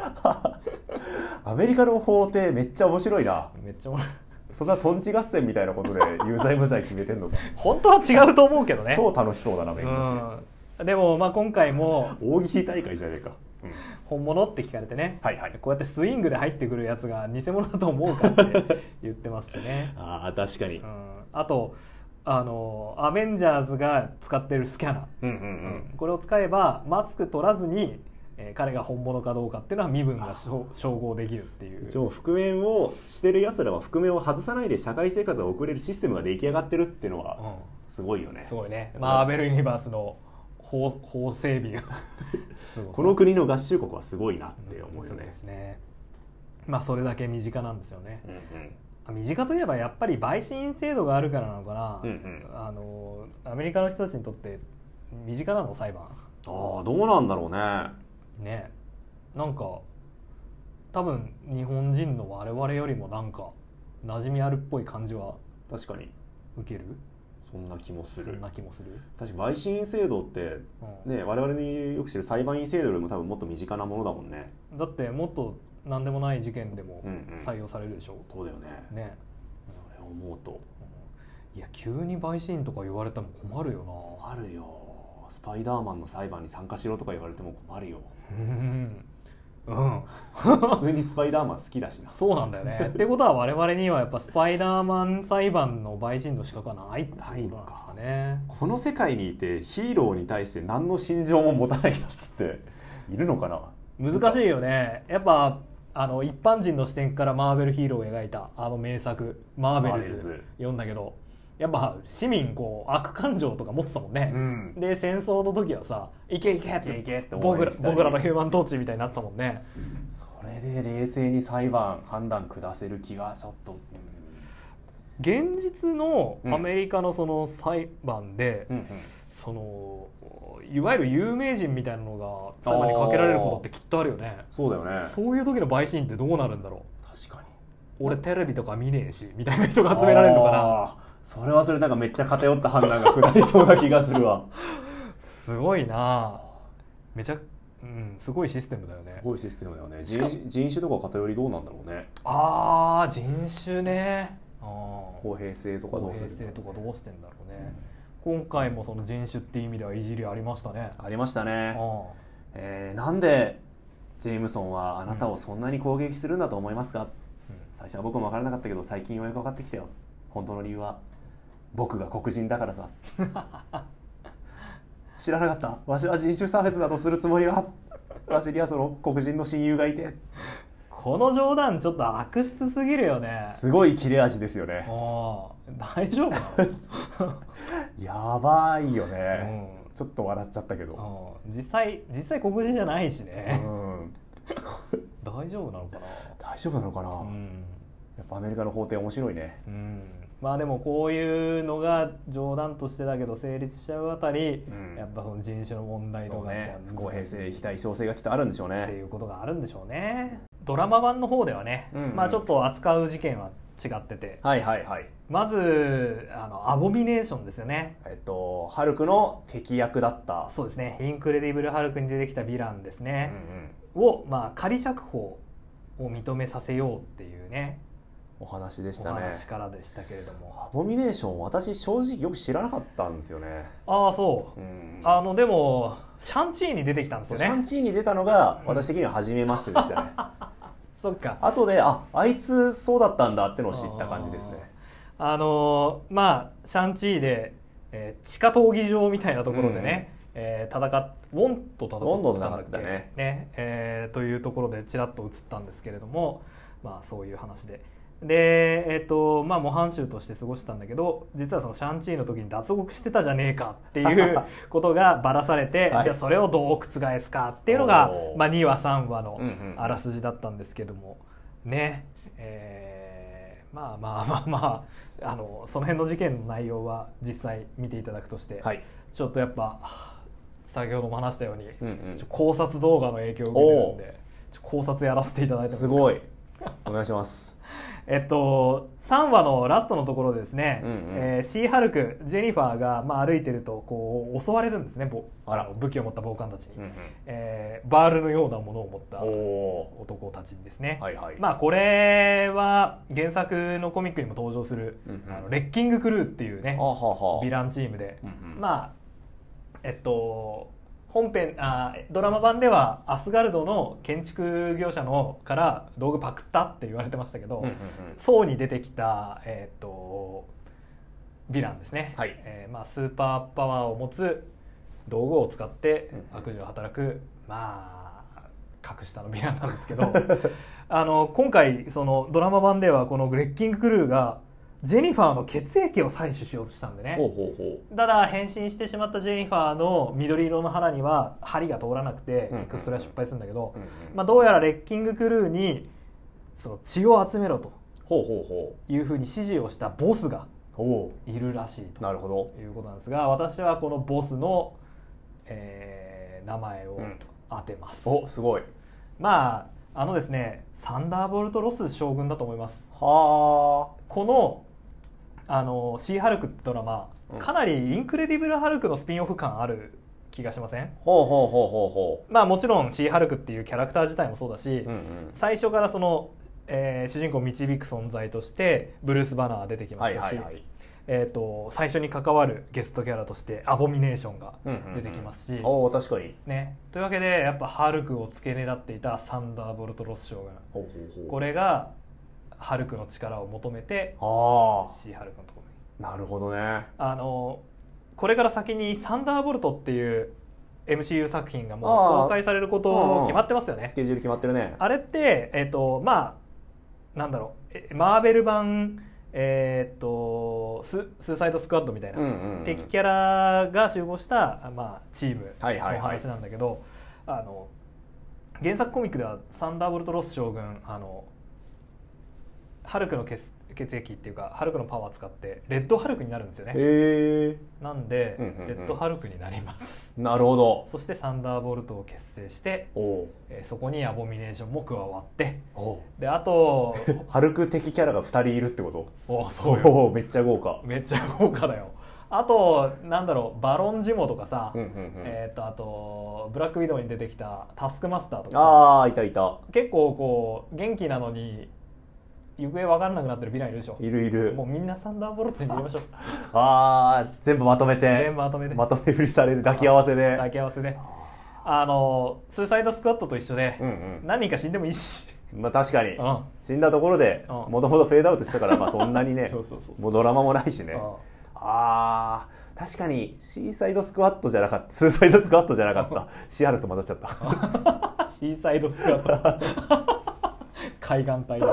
アメリカの法廷めっちゃ面白いな。 めっちゃ面白い。 そんなトンチ合戦みたいなことで有罪無罪決めてんのか。 本当は違うと思うけどね。 超楽しそうだな弁護士。でも今回も大喜利大会じゃねえか。 本物って聞かれてね、こうやってスイングで入ってくるやつが偽物だと思うかって言ってますしね。 確かに。 あとアベンジャーズが使ってるスキャナー、これを使えばマスク取らずに、彼が本物かどうかっていうのは身分が照合できるっていう。 覆面をしてるやつらは覆面を外さないで社会生活を送れるシステムが出来上がってるっていうのはすごいよね。 すごいね。マーベルユニバースの法整備この国の合衆国はすごいなって思うよね。 それだけ身近なんですよね。身近といえばやっぱり陪審制度があるからなのかな。アメリカの人たちにとって身近なの裁判。 どうなんだろうね。 なんか多分日本人の我々よりもなんか馴染みあるっぽい感じは確かに受ける。 そんな気もする。 確かに陪審制度って、我々によく知る裁判員制度よりも多分もっと身近なものだもんね。 だってもっと何でもない事件でも採用されるでしょ。 そうだよね。それを思うと、 いや急に陪審とか言われても困るよな。 困るよ。スパイダーマンの裁判に参加しろとか言われても困るよ。普通にスパイダーマン好きだしな。 そうなんだよね。ってことは我々にはやっぱスパイダーマン裁判の陪審の資格はないってことなんですかね。 この世界にいてヒーローに対して何の心情も持たないやつっているのかな。 難しいよね。やっぱ一般人の視点からマーベルヒーローを描いた名作マーベルズ読んだけど、やっぱ市民悪感情とか持ってたもんね。で戦争の時はさいけいけって僕らのヒューマントーチみたいになってたもんね。 それで冷静に判断下せる気がちょっと、 現実のアメリカのその裁判で、いわゆる有名人みたいなのが裁判にかけられることってきっとあるよね。 そうだよね。 そういう時の陪審ってどうなるんだろう。確かに。 俺テレビとか見ねえしみたいな人が集められるのかな。 それはそれなんかめっちゃ偏った判断が下りそうな気がするわ。 すごいな。めちゃすごいシステムだよね。 すごいシステムだよね。人種とか偏りどうなんだろうね。 人種ね。 公平性とかどうしてんだろうね。今回もその人種っていう意味ではいじりありましたね。 ありましたね。なんでジェームソンはあなたをそんなに攻撃するんだと思いますか。最初は僕も分からなかったけど最近ようやく分かってきたよ。 本当の理由は僕が黒人だからさ。知らなかった。わしは人種差別などするつもりは、わしにはその黒人の親友がいて。 この冗談ちょっと悪質すぎるよね。 すごい切れ味ですよね。 大丈夫なの？ やばいよね、ちょっと笑っちゃったけど、 実際黒人じゃないしね、大丈夫なのかな。 大丈夫なのかな、やっぱアメリカの法廷面白いね。 まあでもこういうのが冗談としてだけど成立しちゃうあたり、やっぱその人種の問題とか、 不公平性、非対称性がきっとあるんでしょうね。 っていうことがあるんでしょうね。ドラマ版の方ではね、まあちょっと扱う事件は違ってて、まずアボミネーションですよね。 ハルクの敵役だった。 そうですね。インクレディブル・ハルクに出てきたヴィランですね、をまあ仮釈放を認めさせようっていうねお話でしたね。 お話からでしたけれども、 アボミネーション私正直よく知らなかったんですよね。 そう、でもシャンチーに出てきたんですよね。 シャンチーに出たのが私的には初めましてでしたね。 そっか。 後であいつそうだったんだってのを知った感じですね。 まあシャンチーで、地下闘技場みたいなところでね、ウォンと戦ったね、というところでちらっと映ったんですけれども、まあそういう話で。でまあ模範囚として過ごしたんだけど、実はそのシャンチーの時に脱獄してたじゃねえかっていうことがばらされて、じゃあそれをどう覆すかっていうのが、まあ、2話3話のあらすじだったんですけどもね、まあその辺の事件の内容は実際見ていただくとして、ちょっとやっぱ先ほども話したように、考察動画の影響を受けてるんで考察やらせていただいてます。 すごいお願いします。 3話のラストのところでですね、シーハルクジェニファーが、まあ、歩いてるとこう襲われるんですね、武器を持った暴漢たちに、バールのようなものを持った男たちにですね、まあこれは原作のコミックにも登場する、レッキングクルーっていうねヴィランチームで、まあドラマ版ではアスガルドの建築業者のから道具パクったって言われてましたけど、ソーに出てきた、ヴィランですね、まあ、スーパーパワーを持つ道具を使って悪事を働く、まあ格下のヴィランなんですけど今回そのドラマ版ではこのレッキングクルーがジェニファーの血液を採取しようとしたんでね。ただ変身してしまったジェニファーの緑色の肌には針が通らなくて結局それは失敗するんだけど、まあどうやらレッキングクルーにその血を集めろというふうに指示をしたボスがいるらしいということなんですが、私はこのボスの、名前を当てます。 すごい。 まあですね、サンダーボルト・ロス将軍だと思います。このシーハルクってドラマ、かなりインクレディブル・ハルクのスピンオフ感ある気がしません？まあもちろんシーハルクっていうキャラクター自体もそうだし、最初からその、主人公を導く存在としてブルース・バナー出てきましたし、最初に関わるゲストキャラとしてアボミネーションが出てきますし、 確かにね、というわけでやっぱハルクを付け狙っていたサンダーボルト・ロス将軍、これがハルクの力を求めてシーハルクのところに。 なるほどね。 これから先にサンダーボルトっていう MCU 作品がもう公開されること決まってますよね。 スケジュール決まってるね。 あれってまあなんだろう、マーベル版スーサイドスクワッドみたいな、敵キャラが集合した、まあ、チームの話なんだけど、原作コミックではサンダーボルト・ロス将軍ハルクの血液っていうかハルクのパワーを使ってレッドハルクになるんですよね。なんで、レッドハルクになります。 なるほど。 そしてサンダーボルトを結成して、そこにアボミネーションも加わって、であとハルク的キャラが2人いるってこと？ そうよ。 めっちゃ豪華。 めっちゃ豪華だよ。あとなんだろう、バロンジモとかさ、あとブラックウィドウに出てきたタスクマスターとかさ、いた。 結構こう元気なのに行方分からなくなってるヴィランいるでしょ。 いる。 もうみんなサンダーボルトに入れましょう。 全部まとめてまとめ売りされる。抱き合わせでスーサイドスクワットと一緒で、何人か死んでもいいしまあ確かに、死んだところでもともとフェードアウトしたから、まあそんなにねもうドラマもないしね。あー確かにシーサイドスクワットじゃなかった、スーサイドスクワットじゃなかったシーハルクと混ざっちゃったシーサイドスクワット海岸隊です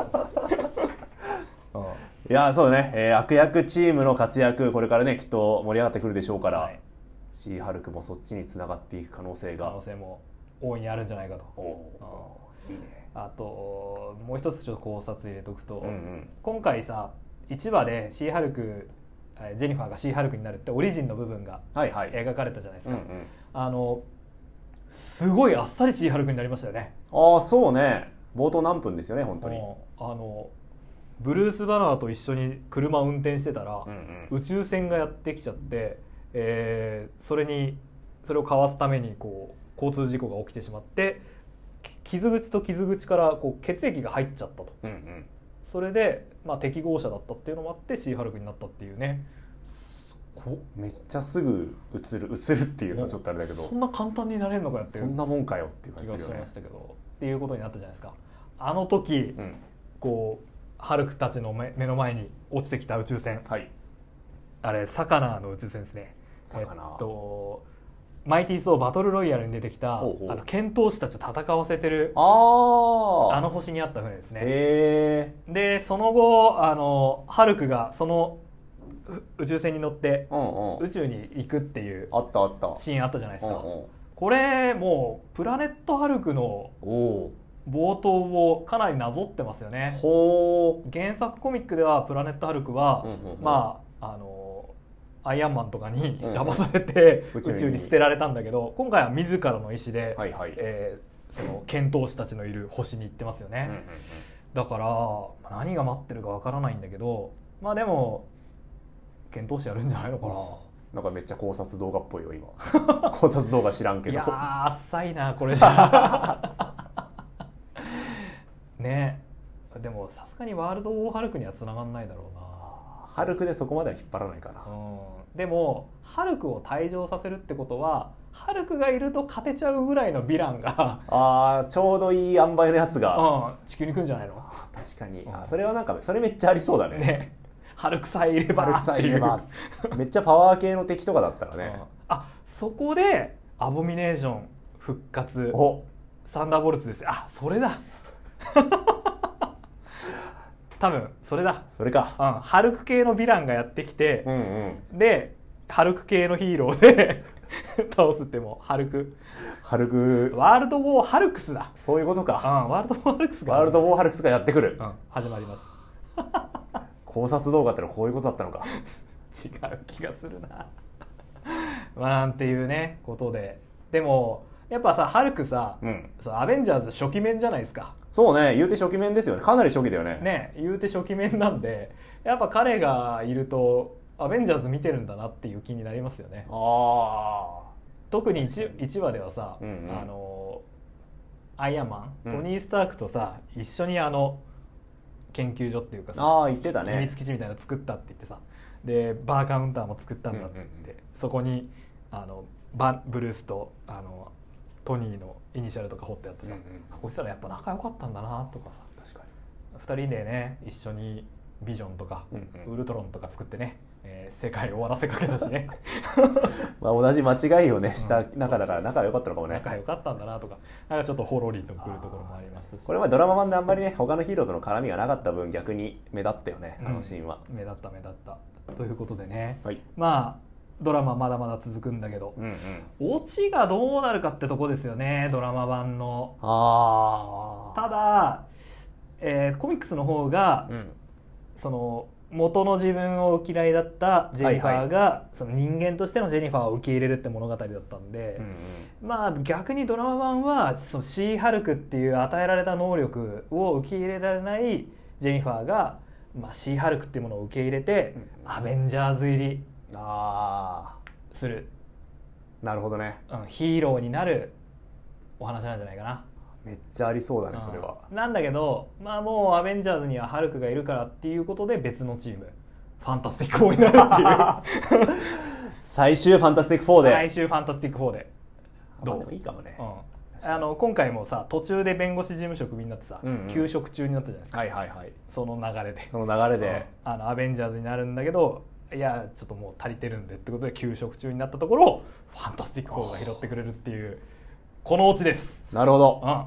いやそうね、悪役チームの活躍これからねきっと盛り上がってくるでしょうから、はい、シーハルクもそっちにつながっていく可能性も大いにあるんじゃないかと。いいね。あともう一つちょっと考察入れとくと、今回さ1話でシーハルクジェニファーがシーハルクになるってオリジンの部分が描かれたじゃないですか。すごいあっさりシーハルクになりましたよね。 ああそうね、冒頭何分ですよね本当に。 ブルース・バナーと一緒に車を運転してたら、宇宙船がやってきちゃって、それをかわすためにこう交通事故が起きてしまって、傷口と傷口からこう血液が入っちゃったと、それで、まあ、適合者だったっていうのもあってシーハルクになったっていうね。 めっちゃすぐ映るっていうとちょっとあれだけど、 そんな簡単になれるのかよっていう、 そんなもんかよっていう感じがしましたけど、っていうことになったじゃないですか。あの時、こうハルクたちの目の前に落ちてきた宇宙船、あれサカナーの宇宙船ですね。マイティー・ソーバトルロイヤルに出てきた剣闘士たちと戦わせてるあの星にあった船ですね。でその後ハルクがその宇宙船に乗って宇宙に行くっていうシーンあったじゃないですか。これもうプラネットハルクの冒頭をかなりなぞってますよね。原作コミックではプラネットハルクはまあアイアンマンとかに騙されて宇宙に捨てられたんだけど、今回は自らの意思でその剣闘士たちのいる星に行ってますよね。だから何が待ってるかわからないんだけど、まあでも剣闘士やるんじゃないのかな。 なんかめっちゃ考察動画っぽいよ今考察動画知らんけど。 いやあっさいなこれじゃね。でもさすがにワールド・ウォー・ハルクには繋がんないだろうな。 ハルクでそこまでは引っ張らないかな。 でもハルクを退場させるってことはハルクがいると勝てちゃうぐらいのヴィランがちょうどいい塩梅のやつが、 地球に来るんじゃないの。 確かに、それはなんかそれめっちゃありそうだね。 ハルクさえいればめっちゃパワー系の敵とかだったらね。 そこでアボミネーション復活サンダーボルツですよ。それだ多分それだ。 それか。 ハルク系のヴィランがやってきて、でハルク系のヒーローで倒すって。もハルクワールド・ウォー・ハルクスだ。 そういうことか。 ワールド・ウォー・ハルクスが、 ワールド・ウォー・ハルクスがやってくる、 始まります考察動画ってのはこういうことだったのか。 違う気がするななんていうねことで。でもやっぱさハルクさ、アベンジャーズ初期面じゃないですか。 そうね、言うて初期面ですよね。かなり初期だよね。 言うて初期面なんで、やっぱ彼がいるとアベンジャーズ見てるんだなっていう気になりますよね。特に 1話ではさ、アイアンマン、トニー・スタークとさ一緒に研究所っていうかさ、 言ってたね、 秘密基地みたいなの作ったって言ってさ、でバーカウンターも作ったんだって、そこにブルースとトニーのイニシャルとか彫ってあってさ、こいつらやっぱ仲良かったんだなとかさ。確かに2人でね一緒にビジョンとか、ウルトロンとか作ってね、世界を終わらせかけたしね同じ間違いをねした中だから仲良かったのかもね。 仲良かったんだなとか、なんかちょっとホロリとくるところもありますし、 これはドラマ版であんまりね他のヒーローとの絡みがなかった分逆に目立ったよね、あのシーンは。 目立ったということでね、まあドラマまだまだ続くんだけど、オチがどうなるかってとこですよね、ドラマ版の。ただ、コミックスの方が、その元の自分を嫌いだったジェニファーが、その人間としてのジェニファーを受け入れるって物語だったんで、まあ逆にドラマ版はそのシーハルクっていう与えられた能力を受け入れられないジェニファーが、シーハルクっていうものを受け入れて、アベンジャーズ入りする。 なるほどね、 ヒーローになるお話なんじゃないかな。 めっちゃありそうだね、それは。 なんだけど、もうアベンジャーズにはハルクがいるからっていうことで別のチームファンタスティック4になるっていう最終ファンタスティック4でどう。 でもいいかもね、 今回もさ途中で弁護士事務所クビになってさ、休職中になったじゃないですか。 はいはいはい。 その流れでアベンジャーズになるんだけど、いやちょっともう足りてるんでってことで休職中になったところをファンタスティック4が拾ってくれるっていうこのオチです。 なるほど。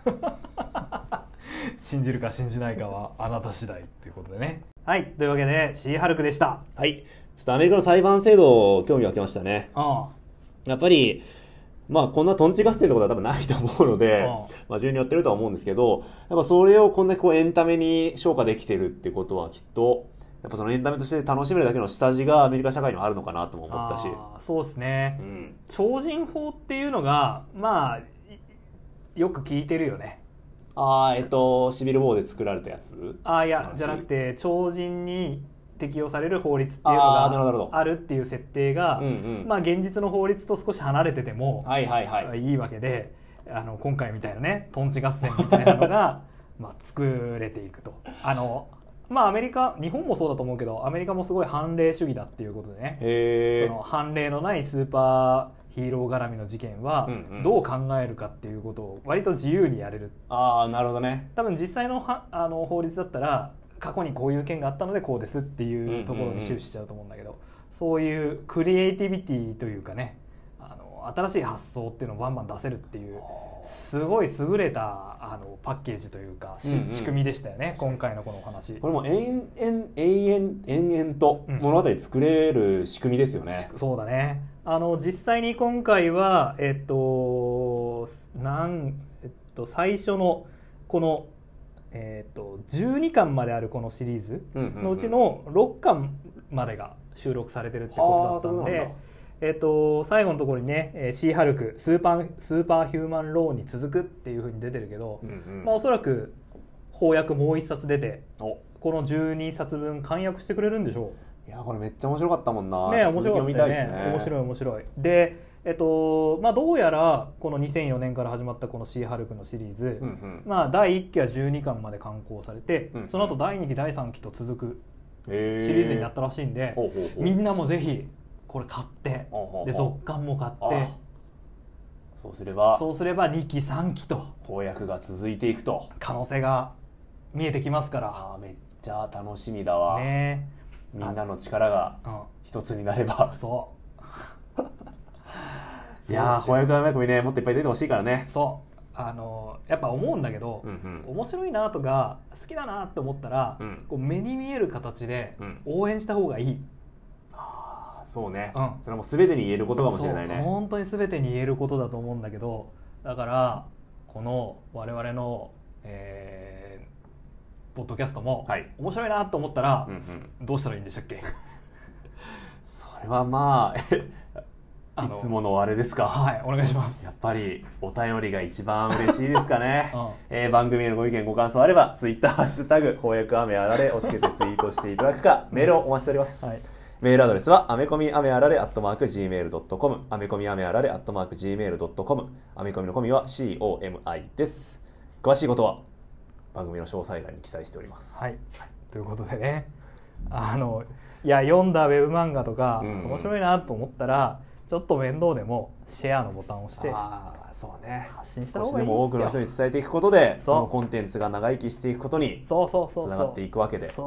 信じるか信じないかはあなた次第ということでね。はい、というわけでシーハルクでした。 はい、ちょっとアメリカの裁判制度興味湧きましたね。やっぱりまあこんなトンチ合戦ってことは多分ないと思うので、まあ順にやってるとは思うんですけど、やっぱそれをこんなにこうエンタメに昇華できてるってことはきっとやっぱそのエンタメとして楽しめるだけの下地がアメリカ社会にはあるのかなとも思ったし。 そうですね、超人法っていうのがまあよく聞いてるよね。 シビル・ウォーで作られたやつ？ いやじゃなくて超人に適用される法律っていうのがあるっていう設定が、まあ現実の法律と少し離れててもいいわけで、今回みたいなねトンチ合戦みたいなのがまあ作れていくと。まあアメリカ、日本もそうだと思うけどアメリカもすごい判例主義だっていうことでね、その判例のないスーパーヒーロー絡みの事件はどう考えるかっていうことを割と自由にやれる。 なるほどね。 多分実際の法律だったら過去にこういう件があったのでこうですっていうところに終始しちゃうと思うんだけど、そういうクリエイティビティというかね、新しい発想っていうのをバンバン出せるっていうすごい優れたパッケージというか、仕組みでしたよね、今回のこのお話。これも延々と物語作れる仕組みですよね。 そうだね。実際に今回は最初のこの12巻まであるこのシリーズのうちの6巻までが収録されてるってことだったんで、最後のところにねシーハルクスーパーヒューマンローに続くっていう風に出てるけど、まあおそらく翻訳もう1冊出てこの12冊分完訳してくれるんでしょう。 いやこれめっちゃ面白かったもんな。 ね、面白かったよね。面白い。でまあ、どうやらこの2004年から始まったこのシーハルクのシリーズ、まあ、第1期は12巻まで刊行されて、その後第2期第3期と続くシリーズになったらしいんで、みんなもぜひこれ買ってで続巻も買ってそうすれば 2期3期と翻訳が続いていくと可能性が見えてきますから。 めっちゃ楽しみだわ、 ね、 みんなの力が一つになれば。いや翻訳の組ねもっといっぱい出てほしいからね。 やっぱ思うんだけど、面白いなとか好きだなって思ったら、こう目に見える形で応援した方がいい。 そうね、それも全てに言えることかもしれないね。 本当に全てに言えることだと思うんだけど、だからこの我々の、ポッドキャストも面白いなと思ったら、どうしたらいいんでしたっけ？ それはまあいつものあれですか。 はい、お願いします。 やっぱりお便りが一番嬉しいですかね。番組へのご意見ご感想あればツイッターハッシュタグ翻訳雨あられをつけてツイートしていただくかメールをお待ちしております。メールアドレスはアメコミアメあられ@gmail.com、アメコミアメあられ@gmail.com、アメコミのコミは COMI です。詳しいことは番組の詳細欄に記載しております。 ということでね、いや読んだウェブ漫画とか面白いなと思ったら、ちょっと面倒でもシェアのボタンを押してそうね、 発信した方がいいですよ。少しでも多くの人に伝えていくことでそのコンテンツが長生きしていくことにつながっていくわけで。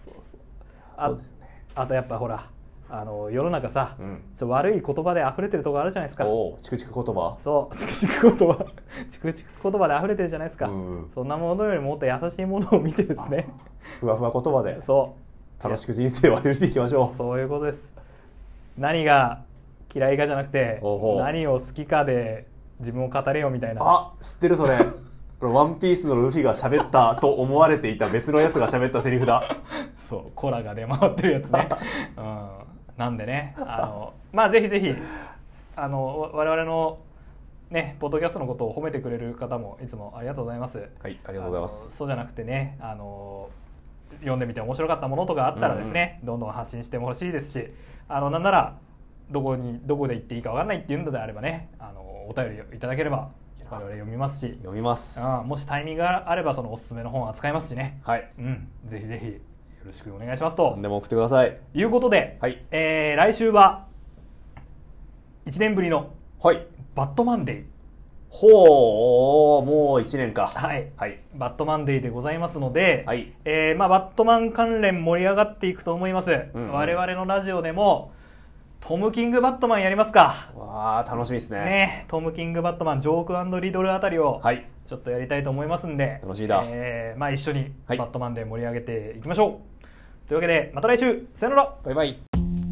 あとやっぱほら世の中さ、悪い言葉で溢れてるところあるじゃないですか。 チクチク言葉。 チクチク言葉チクチク言葉で溢れてるじゃないですか。そんなものよりももっと優しいものを見てですね、 ふわふわ言葉で楽しく人生を歩いていきましょう。 そういうことです。何が嫌いかじゃなくて何を好きかで自分を語れよみたいな。 知ってるそれ。ワンピースのルフィが喋ったと思われていた別のやつが喋ったセリフだ。 コラが出回ってるやつね。なんでね、まあぜひぜひ我々のねポッドキャストのことを褒めてくれる方もいつもありがとうございます。 はい、ありがとうございます。 そうじゃなくてね、読んでみて面白かったものとかあったらですね、どんどん発信してほしいですし、なんならどこで言っていいか分かんないっていうのであればね、お便りいただければ我々読みますし、もしタイミングがあればそのおすすめの本を扱いますしね。ぜひぜひよろしくお願いしますと。 何でも送ってください。 いうことで、来週は1年ぶりのバットマンデーほう、もう1年か。 はい、はい、バットマンデーでございますので、はい、バットマン関連盛り上がっていくと思います、我々のラジオでもトム・キング・バットマンやりますか。 わー、楽しみですね。 トム・キング・バットマン、ジョーク&リドルあたりをちょっとやりたいと思いますんで、 楽しみだ。 一緒にバットマンで盛り上げていきましょう、というわけでまた来週、さよなら、 バイバイ。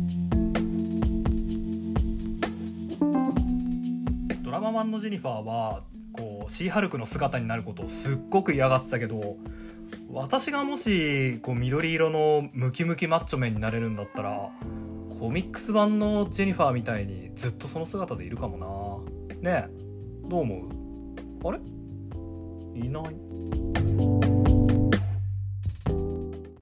ドラママンのジェニファーはこうシーハルクの姿になることをすっごく嫌がってたけど、私がもしこう緑色のムキムキマッチョメンになれるんだったら、コミックス版のジェニファーみたいにずっとその姿でいるかもな。ねえ、どう思う？あれ？いない。